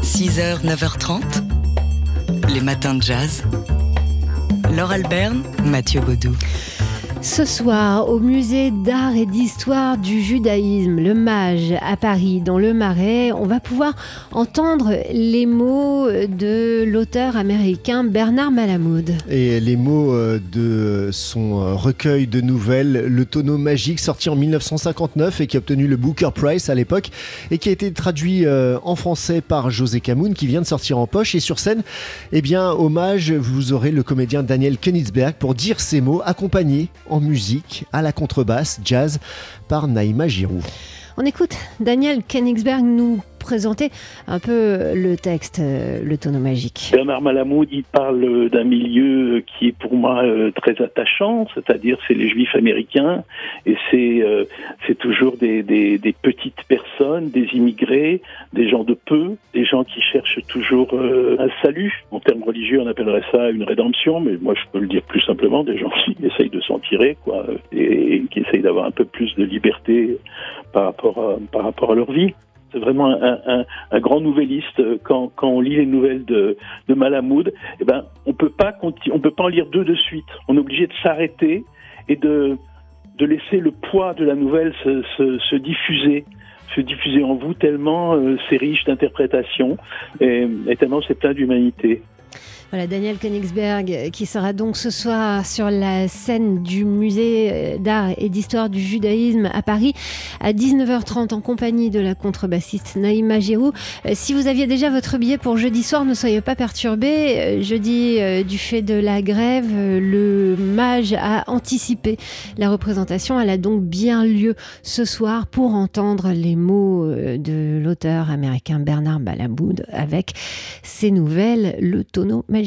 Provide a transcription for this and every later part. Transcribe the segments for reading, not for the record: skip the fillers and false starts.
6h, 9h30, les matins de jazz. Laure Alberne, Mathieu Baudou. Ce soir, au musée d'art et d'histoire du judaïsme, le Mage, à Paris, dans le Marais, on va pouvoir entendre les mots de l'auteur américain Bernard Malamud. Et les mots de son recueil de nouvelles, Le Tonneau Magique, sorti en 1959 et qui a obtenu le Booker Prize à l'époque et qui a été traduit en français par José Camoun, qui vient de sortir en poche. Et sur scène, au Mage, vous aurez le comédien Daniel Königsberg pour dire ces mots, accompagné en musique, à la contrebasse, jazz, par Naïma Giroud. On écoute Daniel Königsberg nous présenter un peu le texte, Le Tonneau Magique. Bernard Malamud, il parle d'un milieu qui est pour moi très attachant, c'est-à-dire c'est les Juifs américains, et c'est toujours des petites personnes, des immigrés, des gens de peu, des gens qui cherchent toujours un salut. En termes religieux, on appellerait ça une rédemption, mais moi je peux le dire plus simplement, des gens qui essayent de s'en tirer, et qui essayent d'avoir un peu plus de liberté par rapport à leur vie. C'est vraiment un grand nouvelliste. Quand on lit les nouvelles de Malamud, on peut pas en lire deux de suite. On est obligé de s'arrêter et de laisser le poids de la nouvelle se diffuser en vous, tellement c'est riche d'interprétation et tellement c'est plein d'humanité. Voilà, Daniel Königsberg qui sera donc ce soir sur la scène du musée d'art et d'histoire du judaïsme à Paris à 19h30 en compagnie de la contrebassiste Naïma Giroud. Si vous aviez déjà votre billet pour jeudi soir, ne soyez pas perturbés. Jeudi, du fait de la grève, le Mage a anticipé la représentation. Elle a donc bien lieu ce soir pour entendre les mots de l'auteur américain Bernard Malamud avec ses nouvelles Le Tonneau Magique.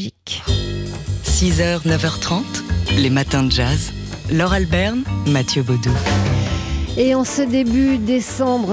6h, 9h30, les matins de jazz. Laure Alberne, Mathieu Baudou. Et en ce début décembre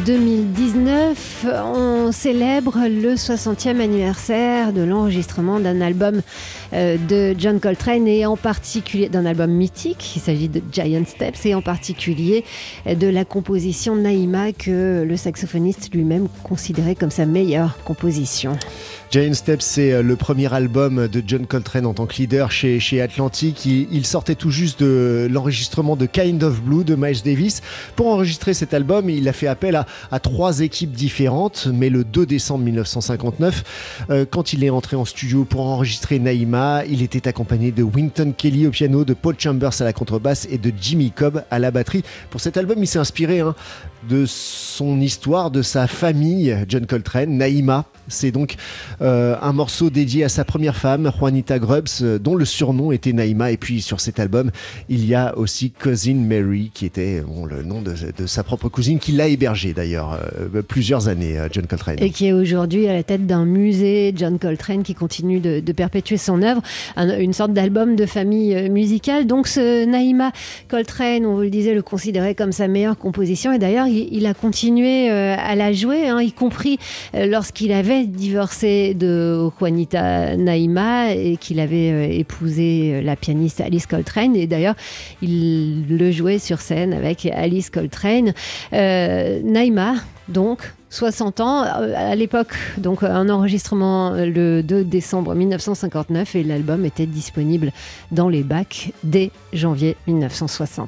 2019, on célèbre le 60e anniversaire de l'enregistrement d'un album de John Coltrane et en particulier d'un album mythique, il s'agit de Giant Steps, et en particulier de la composition Naïma que le saxophoniste lui-même considérait comme sa meilleure composition. Giant Steps, c'est le premier album de John Coltrane en tant que leader chez Atlantic. Il sortait tout juste de l'enregistrement de Kind of Blue de Miles Davis. Pour enregistrer cet album, il a fait appel à trois équipes différentes, mais le 2 décembre 1959, quand il est entré en studio pour enregistrer Naïma, il était accompagné de Wynton Kelly au piano, de Paul Chambers à la contrebasse et de Jimmy Cobb à la batterie. Pour cet album, il s'est inspiré de son histoire, de sa famille, John Coltrane. Naïma, c'est donc un morceau dédié à sa première femme, Juanita Grubbs, dont le surnom était Naïma. Et puis sur cet album, il y a aussi Cousin Mary, qui était le nom de sa propre cousine, qui l'a hébergé d'ailleurs plusieurs années, John Coltrane. Et qui est aujourd'hui à la tête d'un musée, John Coltrane, qui continue de perpétuer son œuvre, une sorte d'album de famille musicale. Donc ce Naïma Coltrane, on vous le disait, le considérait comme sa meilleure composition. Et d'ailleurs, il a continué à la jouer, y compris lorsqu'il avait divorcé de Juanita Naïma et qu'il avait épousé la pianiste Alice Coltrane. Et d'ailleurs, il le jouait sur scène avec Alice Coltrane. Naïma, donc, 60 ans, à l'époque, donc un enregistrement le 2 décembre 1959 et l'album était disponible dans les bacs dès janvier 1960.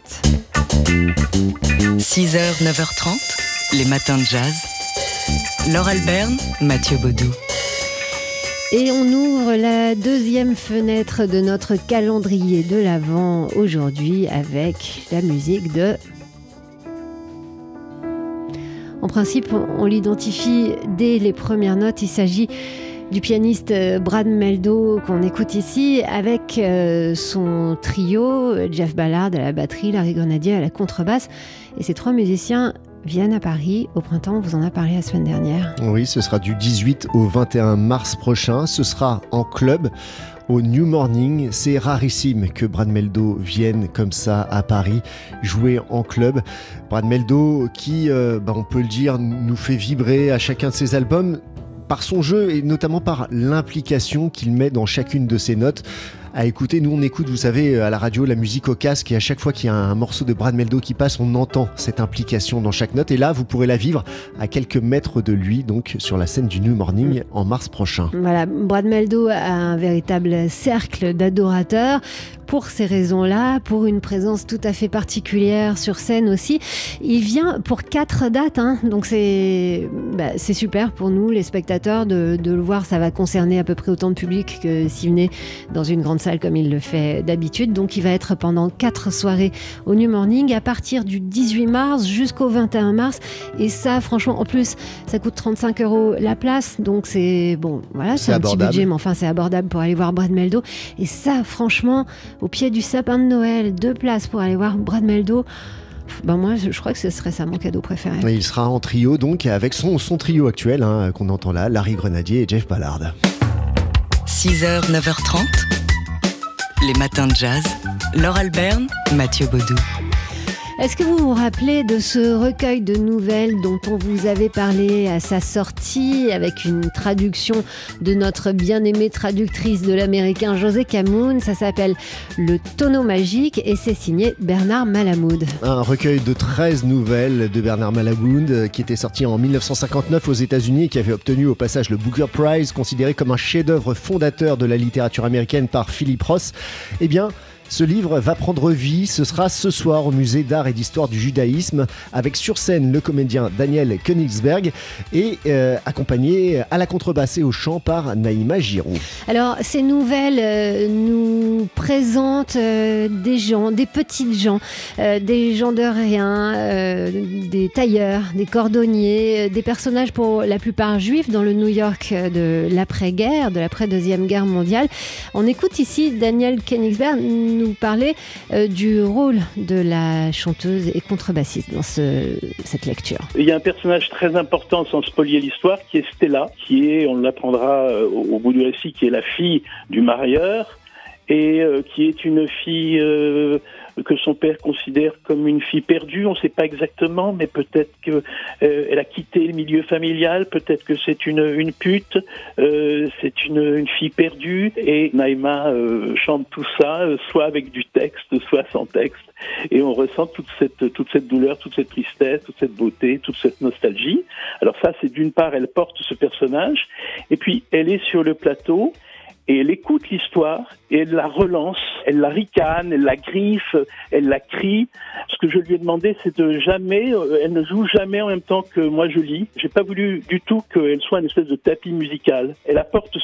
6h, 9h30, les matins de jazz. Laure Alberne, Mathieu Baudou. Et on ouvre la deuxième fenêtre de notre calendrier de l'Avent aujourd'hui avec la musique de... En principe, on l'identifie dès les premières notes. Il s'agit du pianiste Brad Mehldau qu'on écoute ici avec son trio, Jeff Ballard à la batterie, Larry Grenadier à la contrebasse. Et ces trois musiciens viennent à Paris au printemps, on vous en a parlé la semaine dernière. Oui, ce sera du 18 au 21 mars prochain. Ce sera en club au New Morning. C'est rarissime que Brad Mehldau vienne comme ça à Paris jouer en club. Brad Mehldau qui, on peut le dire, nous fait vibrer à chacun de ses albums par son jeu et notamment par l'implication qu'il met dans chacune de ses notes. à écouter. Nous, on écoute, vous savez, à la radio, la musique au casque, et à chaque fois qu'il y a un morceau de Brad Mehldau qui passe, on entend cette implication dans chaque note. Et là, vous pourrez la vivre à quelques mètres de lui, donc sur la scène du New Morning en mars prochain. Voilà, Brad Mehldau a un véritable cercle d'adorateurs. Pour ces raisons-là, pour une présence tout à fait particulière sur scène aussi. Il vient pour 4 dates, hein. Donc c'est super pour nous, les spectateurs, de le voir. Ça va concerner à peu près autant de public que s'il venait dans une grande salle comme il le fait d'habitude. Donc il va être pendant 4 soirées au New Morning, à partir du 18 mars jusqu'au 21 mars. Et ça, franchement, en plus, ça coûte 35 € la place. Donc c'est bon, voilà, c'est un petit budget, mais enfin c'est abordable pour aller voir Brad Mehldau. Et ça, franchement, au pied du sapin de Noël, 2 places pour aller voir Brad Mehldau. Moi, je crois que ce serait ça mon cadeau préféré. Et il sera en trio, donc, avec son trio actuel, hein, qu'on entend là, Larry Grenadier et Jeff Ballard. 6h, 9h30, les matins de jazz. Laure Alberne, Mathieu Baudou. Est-ce que vous vous rappelez de ce recueil de nouvelles dont on vous avait parlé à sa sortie, avec une traduction de notre bien-aimée traductrice de l'américain José Camoun? Ça s'appelle Le Tonneau Magique et c'est signé Bernard Malamud. Un recueil de 13 nouvelles de Bernard Malamud qui était sorti en 1959 aux États-Unis et qui avait obtenu au passage le Booker Prize, considéré comme un chef-d'œuvre fondateur de la littérature américaine par Philip Roth. Eh bien, ce livre va prendre vie, ce sera ce soir au musée d'art et d'histoire du judaïsme, avec sur scène le comédien Daniel Königsberg et accompagné à la contrebasse et au chant par Naïma Giroux. Alors ces nouvelles nous présentent des gens, des petites gens, des gens de rien, des tailleurs, des cordonniers, des personnages pour la plupart juifs dans le New York de l'après-guerre, de l'après-deuxième guerre mondiale. On écoute ici Daniel Königsberg nous parler du rôle de la chanteuse et contrebassiste dans cette lecture. Il y a un personnage très important sans spolier l'histoire qui est Stella, qui est, on l'apprendra au bout du récit, qui est la fille du marieur et qui est une fille que son père considère comme une fille perdue. On ne sait pas exactement, mais peut-être qu'elle a quitté le milieu familial, peut-être que c'est une pute, c'est une fille perdue. Et Naïma chante tout ça, soit avec du texte, soit sans texte. Et on ressent toute cette douleur, toute cette tristesse, toute cette beauté, toute cette nostalgie. Alors ça, c'est d'une part, elle porte ce personnage, et puis elle est sur le plateau, et elle écoute l'histoire, et elle la relance, elle la ricane, elle la griffe, elle la crie. Ce que je lui ai demandé, c'est de jamais, elle ne joue jamais en même temps que moi je lis. J'ai pas voulu du tout qu'elle soit une espèce de tapis musical. Elle apporte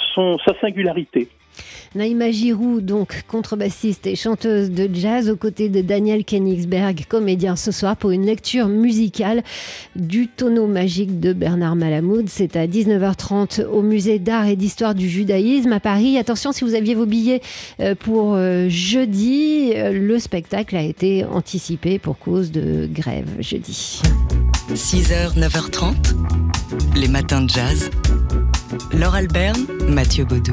sa singularité. Naïma Giroux, donc contrebassiste et chanteuse de jazz, aux côtés de Daniel Königsberg, comédien ce soir, pour une lecture musicale du Tonneau Magique de Bernard Malamud. C'est à 19h30 au musée d'art et d'histoire du judaïsme à Paris. Attention, si vous aviez vos billets pour jeudi, le spectacle a été anticipé pour cause de grève jeudi. 6h, 9h30, les matins de jazz. Laure Alberne, Mathieu Baudou.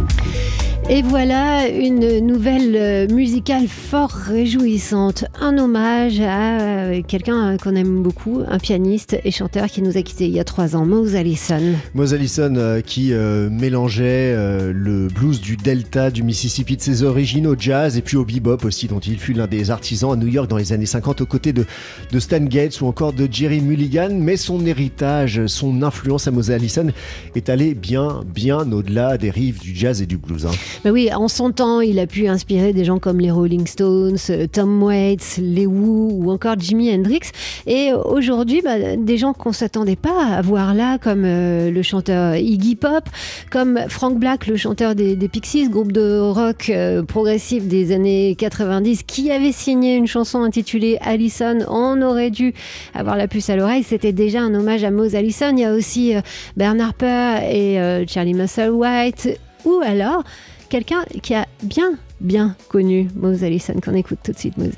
Et voilà une nouvelle musicale fort réjouissante. Un hommage à quelqu'un qu'on aime beaucoup, un pianiste et chanteur qui nous a quittés il y a 3 ans, Mose Allison. Mose Allison qui mélangeait le blues du Delta du Mississippi de ses origines au jazz et puis au bebop aussi, dont il fut l'un des artisans à New York dans les années 50 aux côtés de Stan Getz ou encore de Jerry Mulligan. Mais son héritage, son influence à Mose Allison est allé bien au-delà des rives du jazz et du blues. Ben oui, en son temps, il a pu inspirer des gens comme les Rolling Stones, Tom Waits, les Who ou encore Jimi Hendrix. Et aujourd'hui, des gens qu'on ne s'attendait pas à voir là, comme le chanteur Iggy Pop, comme Frank Black, le chanteur des Pixies, groupe de rock progressif des années 90, qui avait signé une chanson intitulée Allison. On aurait dû avoir la puce à l'oreille. C'était déjà un hommage à Mose Allison. Il y a aussi Bernard Harper et Charlie Musselwhite. Ou alors, quelqu'un qui a bien connu Mose Allison, qu'on écoute tout de suite. Mose.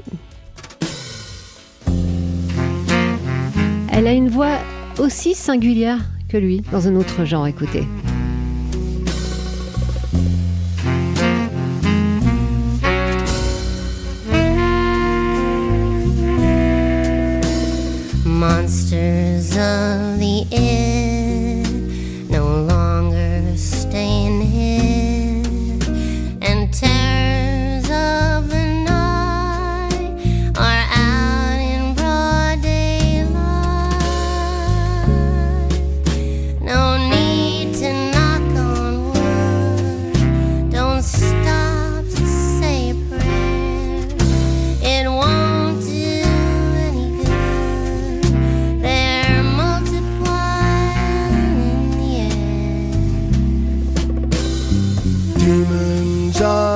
Elle a une voix aussi singulière que lui, dans un autre genre, écoutez. Monsters of the air no longer stay in here and tear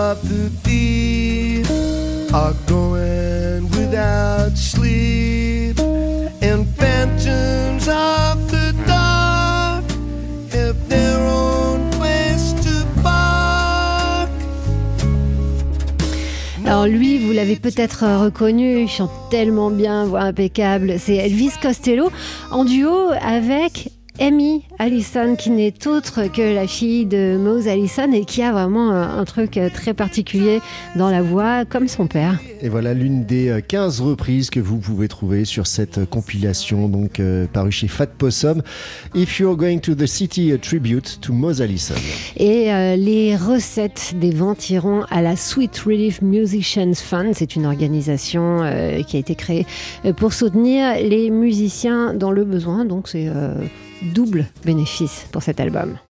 of the deep are going without sleep, and phantoms of the dark have their own place to park. Alors lui, vous l'avez peut-être reconnu, il chante tellement bien, voix impeccable. C'est Elvis Costello en duo avec Amy Allison, qui n'est autre que la fille de Mose Allison et qui a vraiment un truc très particulier dans la voix, comme son père. Et voilà l'une des 15 reprises que vous pouvez trouver sur cette compilation donc parue chez Fat Possum. If You're Going to the City, a tribute to Mose Allison. Et les recettes des ventes iront à la Sweet Relief Musicians Fund. C'est une organisation qui a été créée pour soutenir les musiciens dans le besoin. Donc c'est double bénéfice pour cet album.